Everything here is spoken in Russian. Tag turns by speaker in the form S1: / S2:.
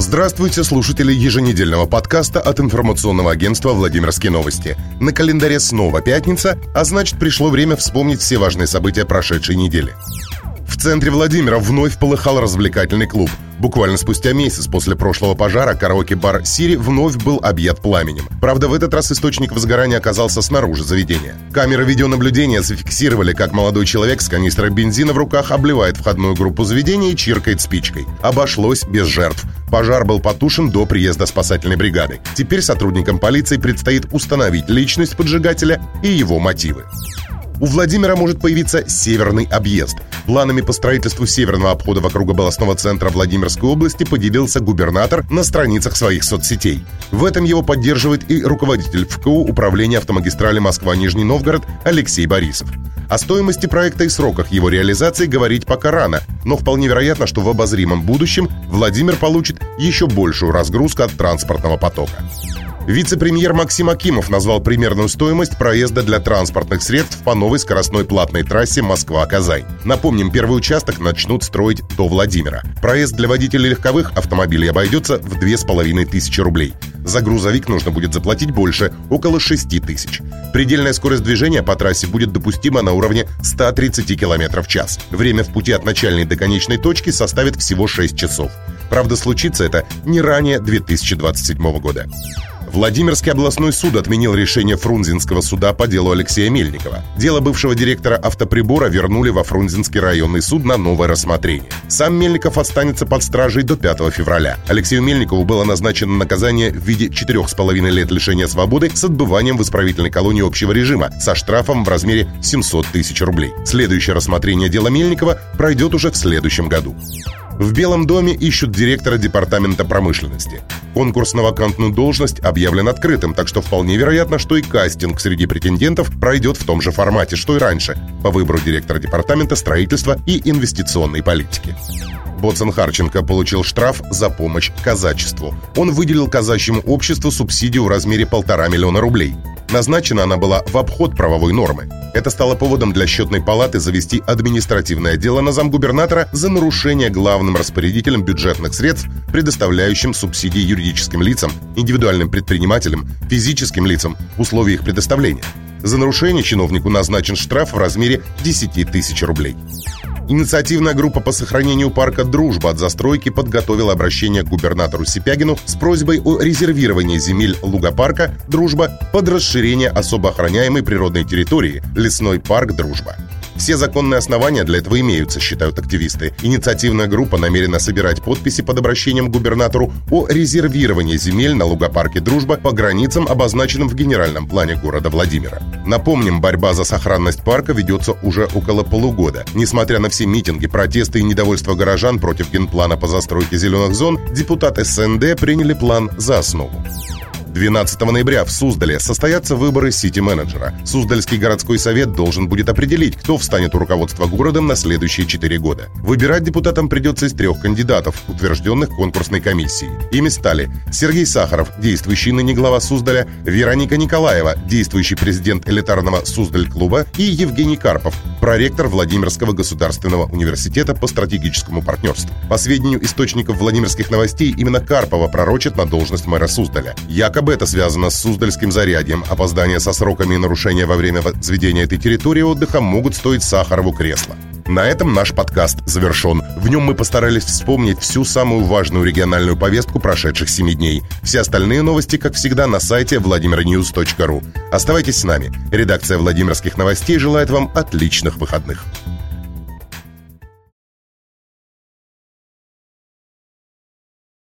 S1: Здравствуйте, слушатели еженедельного подкаста от информационного агентства «Владимирские новости». На календаре снова пятница, а значит, пришло время вспомнить все важные события прошедшей недели. В центре Владимира вновь полыхал развлекательный клуб. Буквально спустя месяц после прошлого пожара караоке-бар «Сири» вновь был объят пламенем. Правда, в этот раз источник возгорания оказался снаружи заведения. Камеры видеонаблюдения зафиксировали, как молодой человек с канистрой бензина в руках обливает входную группу заведения и чиркает спичкой. Обошлось без жертв. Пожар был потушен до приезда спасательной бригады. Теперь сотрудникам полиции предстоит установить личность поджигателя и его мотивы. У Владимира может появиться Северный объезд. Планами по строительству северного обхода вокруг областного центра Владимирской области поделился губернатор на страницах своих соцсетей. В этом его поддерживает и руководитель ФКУ Управления автомагистрали Москва-Нижний Новгород Алексей Борисов. О стоимости проекта и сроках его реализации говорить пока рано, но вполне вероятно, что в обозримом будущем Владимир получит еще большую разгрузку от транспортного потока. Вице-премьер Максим Акимов назвал примерную стоимость проезда для транспортных средств по новой скоростной платной трассе Москва-Казань. Напомним, первый участок начнут строить до Владимира. Проезд для водителей легковых автомобилей обойдется в 2500 рублей. За грузовик нужно будет заплатить больше, около 6000. Предельная скорость движения по трассе будет допустима на уровне 130 км в час. Время в пути от начальной до конечной точки составит всего 6 часов. Правда, случится это не ранее 2027 года. Владимирский областной суд отменил решение Фрунзенского суда по делу Алексея Мельникова. Дело бывшего директора автоприбора вернули во Фрунзенский районный суд на новое рассмотрение. Сам Мельников останется под стражей до 5 февраля. Алексею Мельникову было назначено наказание в виде 4,5 лет лишения свободы с отбыванием в исправительной колонии общего режима со штрафом в размере 700 тысяч рублей. Следующее рассмотрение дела Мельникова пройдет уже в следующем году. В Белом доме ищут директора департамента промышленности. Конкурс на вакантную должность объявлен открытым, так что вполне вероятно, что и кастинг среди претендентов пройдет в том же формате, что и раньше, по выбору директора департамента строительства и инвестиционной политики. Боцман Харченко получил штраф за помощь казачеству. Он выделил казачьему обществу субсидию в размере 1,5 миллиона рублей. Назначена она была в обход правовой нормы. Это стало поводом для счетной палаты завести административное дело на замгубернатора за нарушение главным распорядителем бюджетных средств, предоставляющим субсидии юридическим лицам, индивидуальным предпринимателям, физическим лицам, условий их предоставления. За нарушение чиновнику назначен штраф в размере 10 тысяч рублей. Инициативная группа по сохранению парка «Дружба» от застройки подготовила обращение к губернатору Сипягину с просьбой о резервировании земель лугопарка «Дружба» под расширение особо охраняемой природной территории «Лесной парк «Дружба». Все законные основания для этого имеются, считают активисты. Инициативная группа намерена собирать подписи под обращением к губернатору о резервировании земель на лугопарке «Дружба» по границам, обозначенным в генеральном плане города Владимира. Напомним, борьба за сохранность парка ведется уже около полугода. Несмотря на все митинги, протесты и недовольство горожан против генплана по застройке зеленых зон, депутаты СНД приняли план за основу. 12 ноября в Суздале состоятся выборы сити-менеджера. Суздальский городской совет должен будет определить, кто встанет у руководства городом на следующие 4 года. Выбирать депутатам придется из 3 кандидатов, утвержденных конкурсной комиссией. Ими стали Сергей Сахаров, действующий ныне глава Суздаля, Вероника Николаева, действующий президент элитарного Суздаль-клуба, и Евгений Карпов, проректор Владимирского государственного университета по стратегическому партнерству. По сведению источников Владимирских новостей, именно Карпова пророчат на должность мэра Суздаля. Якобы это связано с Суздальским зарядьем. Опоздания со сроками и нарушения во время возведения этой территории отдыха могут стоить Сахарову кресло. На этом наш подкаст завершен. В нем мы постарались вспомнить всю самую важную региональную повестку прошедших 7 дней. Все остальные новости, как всегда, на сайте vladimirnews.ru. Оставайтесь с нами. Редакция Владимирских новостей желает вам отличных выходных.